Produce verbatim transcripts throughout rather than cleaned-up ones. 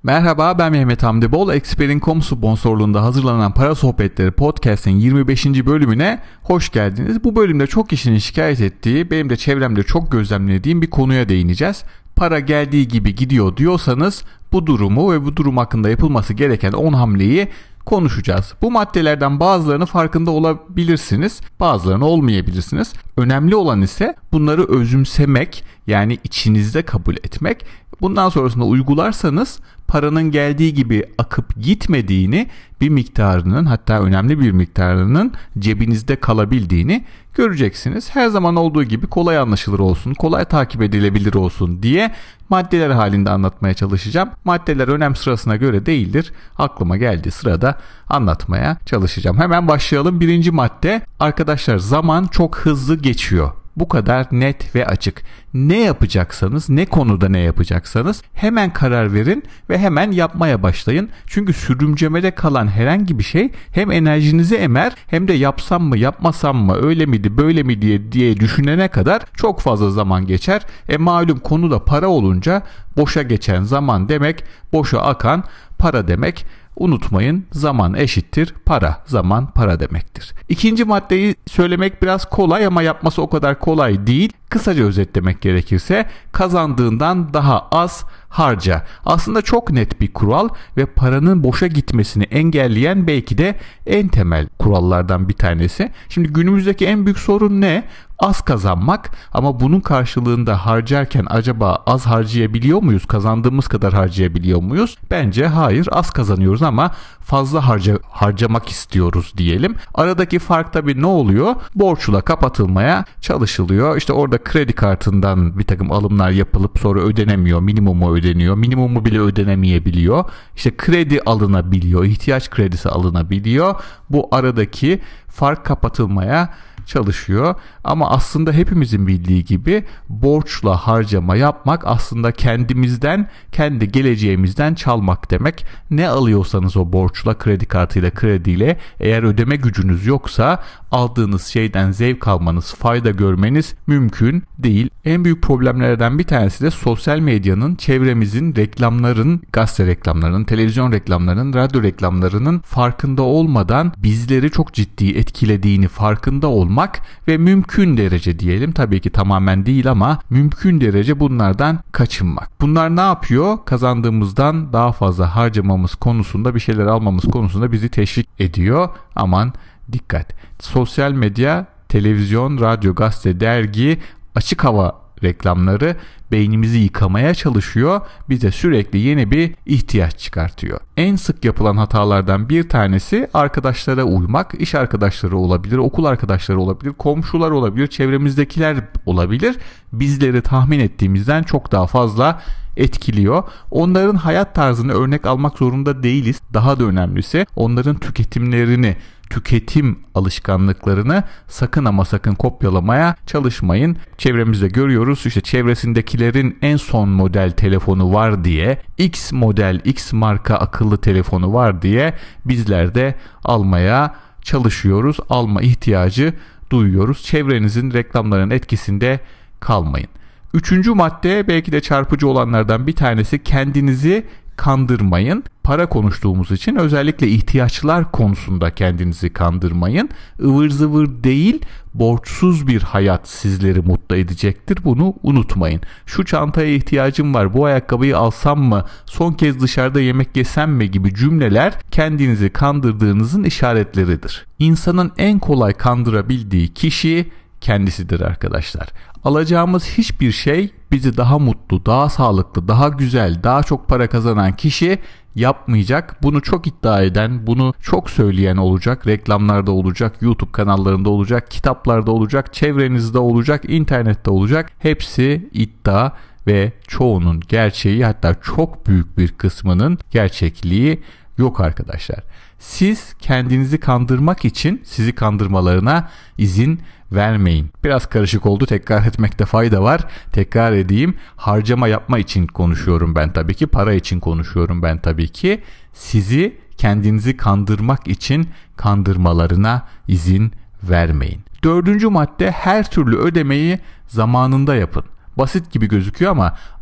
Merhaba, ben Mehmet Hamdi Bol. Experin nokta com sponsorluğunda hazırlanan Para Sohbetleri Podcast'in yirmi beşinci bölümüne hoş geldiniz. Bu bölümde çok kişinin şikayet ettiği, benim de çevremde çok gözlemlediğim bir konuya değineceğiz. Para geldiği gibi gidiyor diyorsanız bu durumu ve bu durum hakkında yapılması gereken on hamleyi konuşacağız. Bu maddelerden bazılarını farkında olabilirsiniz, bazılarını olmayabilirsiniz. Önemli olan ise bunları özümsemek, yani içinizde kabul etmek. Bundan sonrasında uygularsanız paranın geldiği gibi akıp gitmediğini, bir miktarının, hatta önemli bir miktarının cebinizde kalabildiğini göreceksiniz. Her zaman olduğu gibi kolay anlaşılır olsun, kolay takip edilebilir olsun diye maddeler halinde anlatmaya çalışacağım. Maddeler önem sırasına göre değildir. Aklıma geldiği sırada anlatmaya çalışacağım. Hemen başlayalım. Birinci madde, arkadaşlar, zaman çok hızlı geçiyor. Bu kadar net ve açık. Ne yapacaksanız, ne konuda ne yapacaksanız hemen karar verin ve hemen yapmaya başlayın. Çünkü sürümcemede kalan herhangi bir şey hem enerjinizi emer hem de yapsam mı yapmasam mı, öyle miydi böyle mi diye diye düşünene kadar çok fazla zaman geçer. E malum konu da para olunca boşa geçen zaman demek, boşa akan para demek. Unutmayın, zaman eşittir para. Zaman para demektir. İkinci maddeyi söylemek biraz kolay ama yapması o kadar kolay değil. Kısaca özetlemek gerekirse kazandığından daha az harca. Aslında çok net bir kural ve paranın boşa gitmesini engelleyen belki de en temel kurallardan bir tanesi. Şimdi günümüzdeki en büyük sorun ne? Az kazanmak, ama bunun karşılığında harcarken acaba az harcayabiliyor muyuz? Kazandığımız kadar harcayabiliyor muyuz? Bence hayır, az kazanıyoruz ama fazla harca, harcamak istiyoruz diyelim. Aradaki fark tabii ne oluyor? Borçla kapatılmaya çalışılıyor. İşte orada kredi kartından bir takım alımlar yapılıp sonra ödenemiyor. Minimumu ödeniyor. Minimumu bile ödenemeyebiliyor. İşte kredi alınabiliyor. İhtiyaç kredisi alınabiliyor. Bu aradaki fark kapatılmaya çalışıyor. Ama aslında hepimizin bildiği gibi borçla harcama yapmak aslında kendimizden, kendi geleceğimizden çalmak demek. Ne alıyorsanız o borçla, kredi kartıyla, krediyle, eğer ödeme gücünüz yoksa aldığınız şeyden zevk almanız, fayda görmeniz mümkün değil. En büyük problemlerden bir tanesi de sosyal medyanın, çevremizin, reklamların, gazete reklamlarının, televizyon reklamlarının, radyo reklamlarının farkında olmadan bizleri çok ciddi etkilediğini farkında olmak ve mümkün derece diyelim, tabii ki tamamen değil ama mümkün derece bunlardan kaçınmak. Bunlar ne yapıyor? Kazandığımızdan daha fazla harcamamız konusunda, bir şeyler almamız konusunda bizi teşvik ediyor. Aman dikkat. Sosyal medya, televizyon, radyo, gazete, dergi, açık hava reklamları beynimizi yıkamaya çalışıyor. Bize sürekli yeni bir ihtiyaç çıkartıyor. En sık yapılan hatalardan bir tanesi arkadaşlara uymak. İş arkadaşları olabilir, okul arkadaşları olabilir, komşular olabilir, çevremizdekiler olabilir. Bizleri tahmin ettiğimizden çok daha fazla etkiliyor. Onların hayat tarzını örnek almak zorunda değiliz. Daha da önemlisi onların tüketimlerini, tüketim alışkanlıklarını sakın ama sakın kopyalamaya çalışmayın. Çevremizde görüyoruz, işte çevresindekilerin en son model telefonu var diye, X model, X marka akıllı telefonu var diye bizler de almaya çalışıyoruz. Alma ihtiyacı duyuyoruz. Çevrenizin reklamların etkisinde kalmayın. Üçüncü madde, belki de çarpıcı olanlardan bir tanesi, kendinizi kandırmayın. Para konuştuğumuz için özellikle ihtiyaçlar konusunda kendinizi kandırmayın. Ivır zıvır değil, borçsuz bir hayat sizleri mutlu edecektir. Bunu unutmayın. Şu çantaya ihtiyacım var, bu ayakkabıyı alsam mı, son kez dışarıda yemek yesem mi gibi cümleler kendinizi kandırdığınızın işaretleridir. İnsanın en kolay kandırabildiği kişi kendisidir arkadaşlar. Alacağımız hiçbir şey bizi daha mutlu, daha sağlıklı, daha güzel, daha çok para kazanan kişi yapmayacak. Bunu çok iddia eden, bunu çok söyleyen olacak. Reklamlarda olacak, YouTube kanallarında olacak, kitaplarda olacak, çevrenizde olacak, internette olacak. Hepsi iddia ve çoğunun gerçeği, hatta çok büyük bir kısmının gerçekliği yok arkadaşlar. Siz kendinizi kandırmak için sizi kandırmalarına izin vermeyin. Biraz karışık oldu, tekrar etmekte fayda var. Tekrar edeyim. Harcama yapma için konuşuyorum ben tabii ki. Para için konuşuyorum ben tabii ki. Sizi kendinizi kandırmak için kandırmalarına izin vermeyin. Dördüncü madde, her türlü ödemeyi zamanında yapın. Basit gibi gözüküyor ama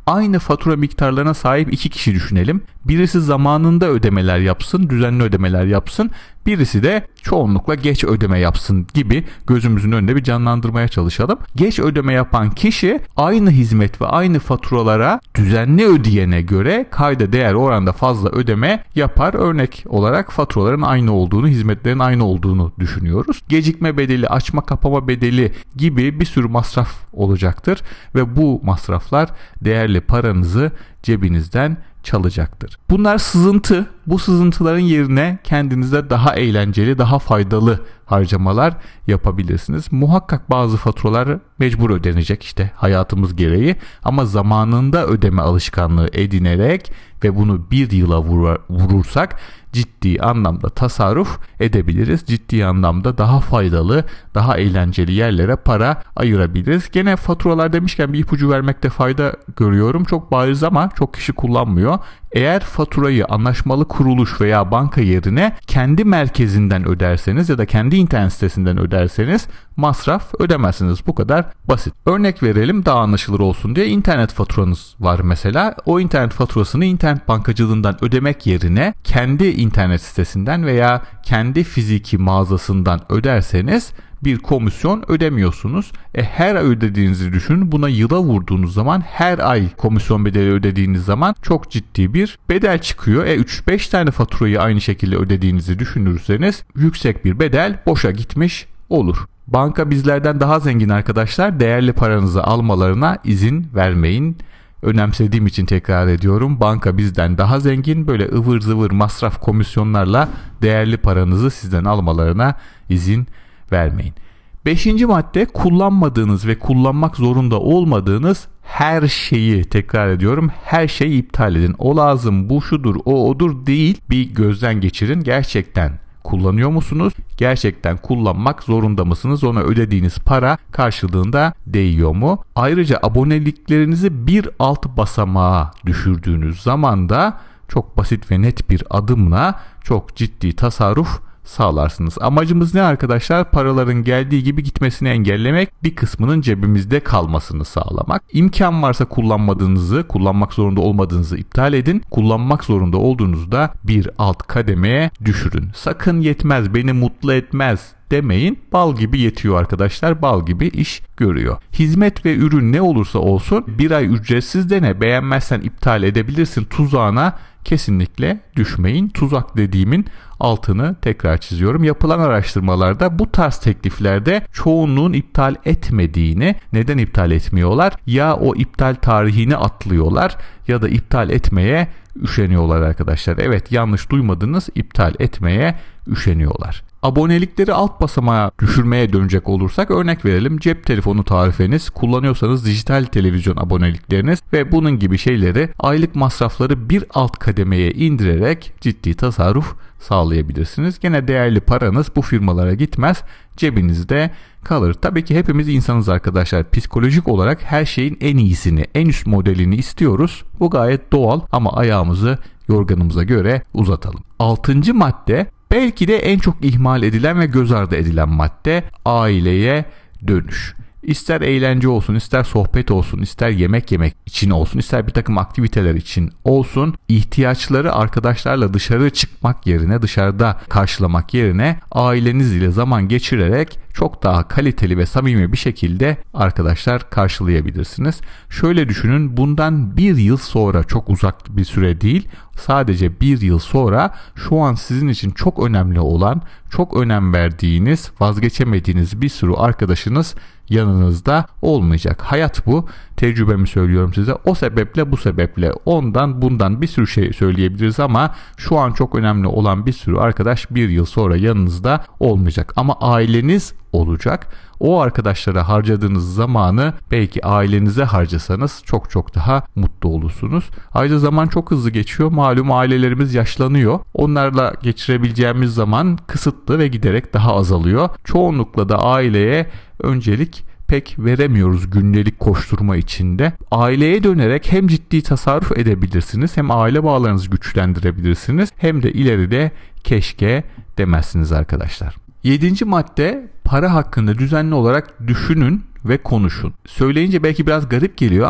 Aynı fatura miktarlarına sahip iki kişi düşünelim. Birisi zamanında ödemeler yapsın, düzenli ödemeler yapsın. Birisi de çoğunlukla geç ödeme yapsın gibi gözümüzün önünde bir canlandırmaya çalışalım. Geç ödeme yapan kişi aynı hizmet ve aynı faturalara düzenli ödeyene göre kayda değer oranda fazla ödeme yapar. Örnek olarak faturaların aynı olduğunu, hizmetlerin aynı olduğunu düşünüyoruz. Gecikme bedeli, açma kapama bedeli gibi bir sürü masraf olacaktır ve bu masraflar değerli paranızı cebinizden çalacaktır. Bunlar sızıntı. Bu sızıntıların yerine kendinize daha eğlenceli, daha faydalı harcamalar yapabilirsiniz. Muhakkak bazı faturalar mecbur ödenecek işte hayatımız gereği, ama zamanında ödeme alışkanlığı edinerek ve bunu bir yıla vurur, vurursak ciddi anlamda tasarruf edebiliriz. Ciddi anlamda daha faydalı, daha eğlenceli yerlere para ayırabiliriz. Gene faturalar demişken bir ipucu vermekte fayda görüyorum. Çok bariz ama çok kişi kullanmıyor. Eğer faturayı anlaşmalı kuruluş veya banka yerine kendi merkezinden öderseniz ya da kendi internet sitesinden öderseniz masraf ödemezsiniz. Bu kadar basit. Örnek verelim daha anlaşılır olsun diye. İnternet faturanız var mesela. O internet faturasını internet bankacılığından ödemek yerine kendi internet sitesinden veya kendi fiziki mağazasından öderseniz bir komisyon ödemiyorsunuz. E, her ay ödediğinizi düşünün. Buna yıla vurduğunuz zaman her ay komisyon bedeli ödediğiniz zaman çok ciddi bir bedel çıkıyor. E, üç beş tane faturayı aynı şekilde ödediğinizi düşünürseniz yüksek bir bedel boşa gitmiş olur. Banka bizlerden daha zengin arkadaşlar. Değerli paranızı almalarına izin vermeyin. Önemsediğim için tekrar ediyorum. Banka bizden daha zengin. Böyle ıvır zıvır masraf komisyonlarla değerli paranızı sizden almalarına izin vermeyin. Beşinci madde, kullanmadığınız ve kullanmak zorunda olmadığınız her şeyi, tekrar ediyorum, her şeyi iptal edin. O lazım, bu şudur, o odur değil. Bir gözden geçirin. Gerçekten kullanıyor musunuz? Gerçekten kullanmak zorunda mısınız? Ona ödediğiniz para karşılığında değiyor mu? Ayrıca aboneliklerinizi bir alt basamağa düşürdüğünüz zaman da çok basit ve net bir adımla çok ciddi tasarruf sağlarsınız. Amacımız ne arkadaşlar? Paraların geldiği gibi gitmesini engellemek, bir kısmının cebimizde kalmasını sağlamak. İmkan varsa kullanmadığınızı, kullanmak zorunda olmadığınızı iptal edin. Kullanmak zorunda olduğunuzda bir alt kademeye düşürün. Sakın yetmez, beni mutlu etmez demeyin. Bal gibi yetiyor arkadaşlar. Bal gibi iş görüyor. Hizmet ve ürün ne olursa olsun bir ay ücretsiz dene, beğenmezsen iptal edebilirsin tuzağına kesinlikle düşmeyin. Tuzak dediğimin altını tekrar çiziyorum. Yapılan araştırmalarda bu tarz tekliflerde çoğunluğun iptal etmediğini, neden iptal etmiyorlar? Ya o iptal tarihini atlıyorlar ya da iptal etmeye üşeniyorlar arkadaşlar. Evet, yanlış duymadınız, iptal etmeye üşeniyorlar. Abonelikleri alt basamağa düşürmeye dönecek olursak örnek verelim. Cep telefonu tarifeniz, kullanıyorsanız dijital televizyon abonelikleriniz ve bunun gibi şeyleri, aylık masrafları bir alt kademeye indirerek ciddi tasarruf sağlayabilirsiniz. Gene değerli paranız bu firmalara gitmez, cebinizde kalır. Tabii ki hepimiz insanız arkadaşlar. Psikolojik olarak her şeyin en iyisini, en üst modelini istiyoruz. Bu gayet doğal ama ayağımızı yorganımıza göre uzatalım. Altıncı madde, belki de en çok ihmal edilen ve göz ardı edilen madde, aileye dönüş. İster eğlence olsun, ister sohbet olsun, ister yemek yemek için olsun, ister bir takım aktiviteler için olsun, ihtiyaçları arkadaşlarla dışarı çıkmak yerine, dışarıda karşılamak yerine aileniz ile zaman geçirerek çok daha kaliteli ve samimi bir şekilde arkadaşlar karşılayabilirsiniz. Şöyle düşünün, bundan bir yıl sonra, çok uzak bir süre değil, sadece bir yıl sonra şu an sizin için çok önemli olan, çok önem verdiğiniz, vazgeçemediğiniz bir sürü arkadaşınız yanınızda olmayacak. Hayat bu. Tecrübemi söylüyorum size. O sebeple, bu sebeple, ondan bundan bir sürü şey söyleyebiliriz ama şu an çok önemli olan bir sürü arkadaş bir yıl sonra yanınızda olmayacak. Ama aileniz olacak. O arkadaşlara harcadığınız zamanı belki ailenize harcasanız çok çok daha mutlu olursunuz. Ayrıca zaman çok hızlı geçiyor. Malum ailelerimiz yaşlanıyor. Onlarla geçirebileceğimiz zaman kısıtlı ve giderek daha azalıyor. Çoğunlukla da aileye öncelik pek veremiyoruz gündelik koşturma içinde. Aileye dönerek hem ciddi tasarruf edebilirsiniz, hem aile bağlarınızı güçlendirebilirsiniz, hem de ileride keşke demezsiniz arkadaşlar. Yedinci madde, para hakkında düzenli olarak düşünün ve konuşun. Söyleyince belki biraz garip geliyor ama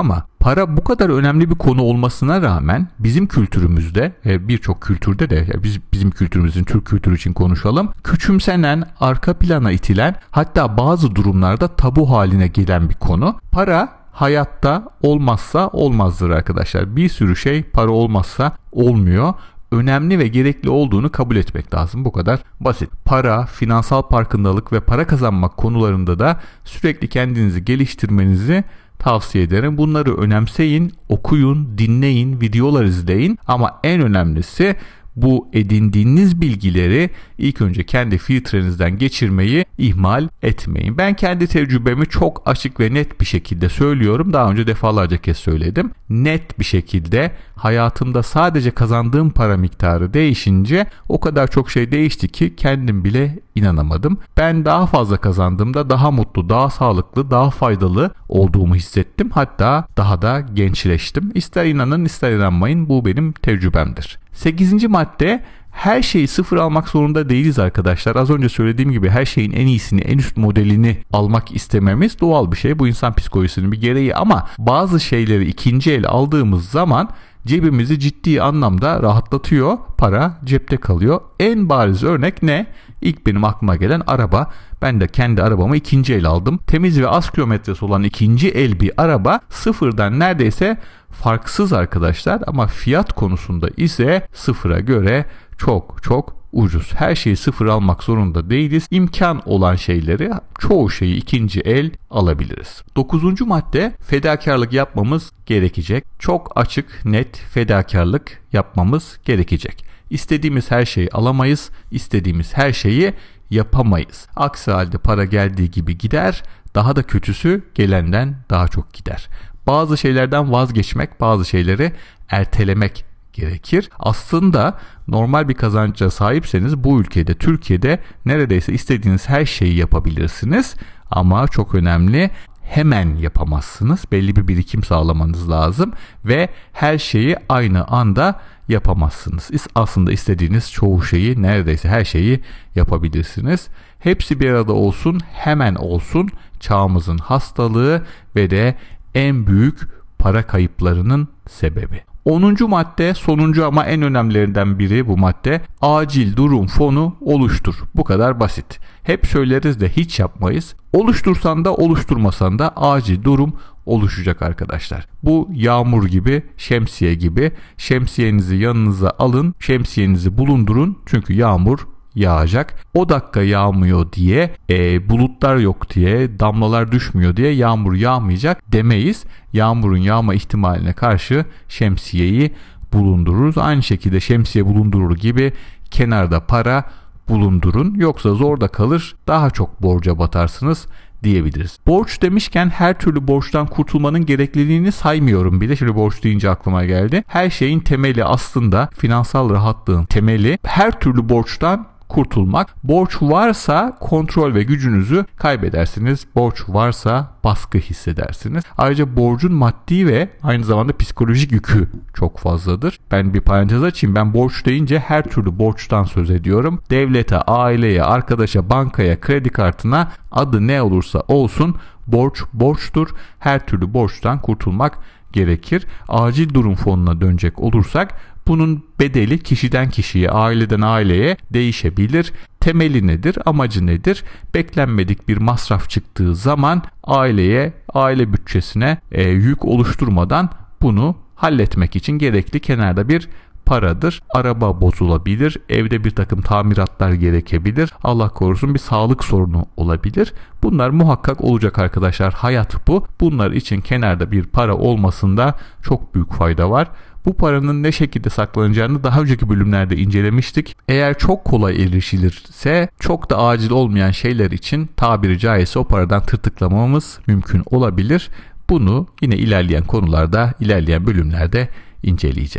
Para bu kadar önemli bir konu olmasına rağmen bizim kültürümüzde, birçok kültürde de, biz bizim kültürümüzün, Türk kültürü için konuşalım, küçümsenen, arka plana itilen, hatta bazı durumlarda tabu haline gelen bir konu. Para hayatta olmazsa olmazdır arkadaşlar. Bir sürü şey para olmazsa olmuyor. Önemli ve gerekli olduğunu kabul etmek lazım. Bu kadar basit. Para, finansal farkındalık ve para kazanmak konularında da sürekli kendinizi geliştirmenizi tavsiye ederim. Bunları önemseyin, okuyun, dinleyin, videolar izleyin. Ama en önemlisi bu edindiğiniz bilgileri ilk önce kendi filtrenizden geçirmeyi ihmal etmeyin. Ben kendi tecrübemi çok açık ve net bir şekilde söylüyorum. Daha önce defalarca kez söyledim. Net bir şekilde hayatımda sadece kazandığım para miktarı değişince o kadar çok şey değişti ki kendim bile inanamadım. Ben daha fazla kazandığımda daha mutlu, daha sağlıklı, daha faydalı olduğumu hissettim. Hatta daha da gençleştim. İster inanın ister inanmayın, bu benim tecrübemdir. sekizinci madde, her şeyi sıfır almak zorunda değiliz arkadaşlar. Az önce söylediğim gibi her şeyin en iyisini, en üst modelini almak istememiz doğal bir şey. Bu insan psikolojisinin bir gereği, ama bazı şeyleri ikinci el aldığımız zaman cebimizi ciddi anlamda rahatlatıyor. Para cepte kalıyor. En bariz örnek ne? İlk benim aklıma gelen araba. Ben de kendi arabamı ikinci el aldım. Temiz ve az kilometresi olan ikinci el bir araba sıfırdan neredeyse farksız arkadaşlar, ama fiyat konusunda ise sıfıra göre çok çok ucuz. Her şeyi sıfır almak zorunda değiliz. İmkan olan şeyleri, çoğu şeyi ikinci el alabiliriz. Dokuzuncu madde, fedakarlık yapmamız gerekecek. Çok açık, net fedakarlık yapmamız gerekecek. İstediğimiz her şeyi alamayız, istediğimiz her şeyi yapamayız. Aksi halde para geldiği gibi gider, daha da kötüsü gelenden daha çok gider. Bazı şeylerden vazgeçmek, bazı şeyleri ertelemek gerekir. Aslında normal bir kazanca sahipseniz bu ülkede, Türkiye'de neredeyse istediğiniz her şeyi yapabilirsiniz. Ama çok önemli, hemen yapamazsınız. Belli bir birikim sağlamanız lazım ve her şeyi aynı anda yapamazsınız. Aslında istediğiniz çoğu şeyi, neredeyse her şeyi yapabilirsiniz. Hepsi bir arada olsun, hemen olsun. Çağımızın hastalığı ve de en büyük para kayıplarının sebebi. onuncu madde, sonuncu ama en önemlilerinden biri bu madde. Acil durum fonu oluştur. Bu kadar basit. Hep söyleriz de hiç yapmayız. Oluştursan da oluşturmasan da acil durum oluşacak arkadaşlar. Bu yağmur gibi, şemsiye gibi. Şemsiyenizi yanınıza alın, şemsiyenizi bulundurun. Çünkü yağmur yağacak. O dakika yağmıyor diye, e, bulutlar yok diye, damlalar düşmüyor diye yağmur yağmayacak demeyiz. Yağmurun yağma ihtimaline karşı şemsiyeyi bulundururuz. Aynı şekilde şemsiye bulundurur gibi kenarda para bulundurun. Yoksa zorda kalır, daha çok borca batarsınız diyebiliriz. Borç demişken her türlü borçtan kurtulmanın gerekliliğini saymıyorum bile. Şimdi borç deyince aklıma geldi. Her şeyin temeli, aslında finansal rahatlığın temeli her türlü borçtan kurtulmak. Borç varsa kontrol ve gücünüzü kaybedersiniz. Borç varsa baskı hissedersiniz. Ayrıca borcun maddi ve aynı zamanda psikolojik yükü çok fazladır. Ben bir parantez açayım. Ben borç deyince her türlü borçtan söz ediyorum. Devlete, aileye, arkadaşa, bankaya, kredi kartına, adı ne olursa olsun borç borçtur. Her türlü borçtan kurtulmak gerekir. Acil durum fonuna dönecek olursak, bunun bedeli kişiden kişiye, aileden aileye değişebilir. Temeli nedir? Amacı nedir? Beklenmedik bir masraf çıktığı zaman aileye, aile bütçesine e, yük oluşturmadan bunu halletmek için gerekli kenarda bir paradır. Araba bozulabilir, evde bir takım tamiratlar gerekebilir, Allah korusun bir sağlık sorunu olabilir. Bunlar muhakkak olacak arkadaşlar. Hayat bu. Bunlar için kenarda bir para olmasında çok büyük fayda var. Bu paranın ne şekilde saklanacağını daha önceki bölümlerde incelemiştik. Eğer çok kolay erişilirse, çok da acil olmayan şeyler için tabiri caizse o paradan tırtıklamamız mümkün olabilir. Bunu yine ilerleyen konularda, ilerleyen bölümlerde inceleyeceğiz.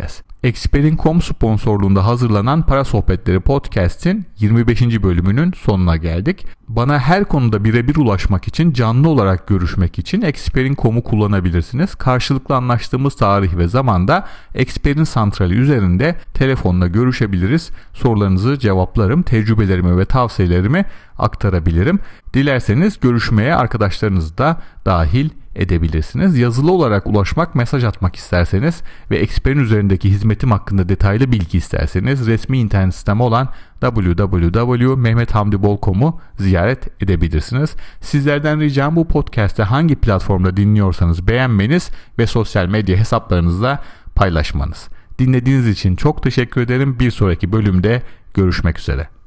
Experin nokta com sponsorluğunda hazırlanan Para Sohbetleri Podcast'in yirmi beşinci bölümünün sonuna geldik. Bana her konuda birebir ulaşmak için, canlı olarak görüşmek için Experin nokta com'u kullanabilirsiniz. Karşılıklı anlaştığımız tarih ve zamanda Experin santrali üzerinde telefonla görüşebiliriz. Sorularınızı cevaplarım, tecrübelerimi ve tavsiyelerimi aktarabilirim. Dilerseniz görüşmeye arkadaşlarınızı da dahil edebilirsiniz. Yazılı olarak ulaşmak, mesaj atmak isterseniz ve Experin üzerindeki hizmetim hakkında detaylı bilgi isterseniz resmi internet sitemi olan double-u double-u double-u nokta mehmet hamdi bol nokta com'u ziyaret edebilirsiniz. Sizlerden ricam bu podcast'te hangi platformda dinliyorsanız beğenmeniz ve sosyal medya hesaplarınızda paylaşmanız. Dinlediğiniz için çok teşekkür ederim. Bir sonraki bölümde görüşmek üzere.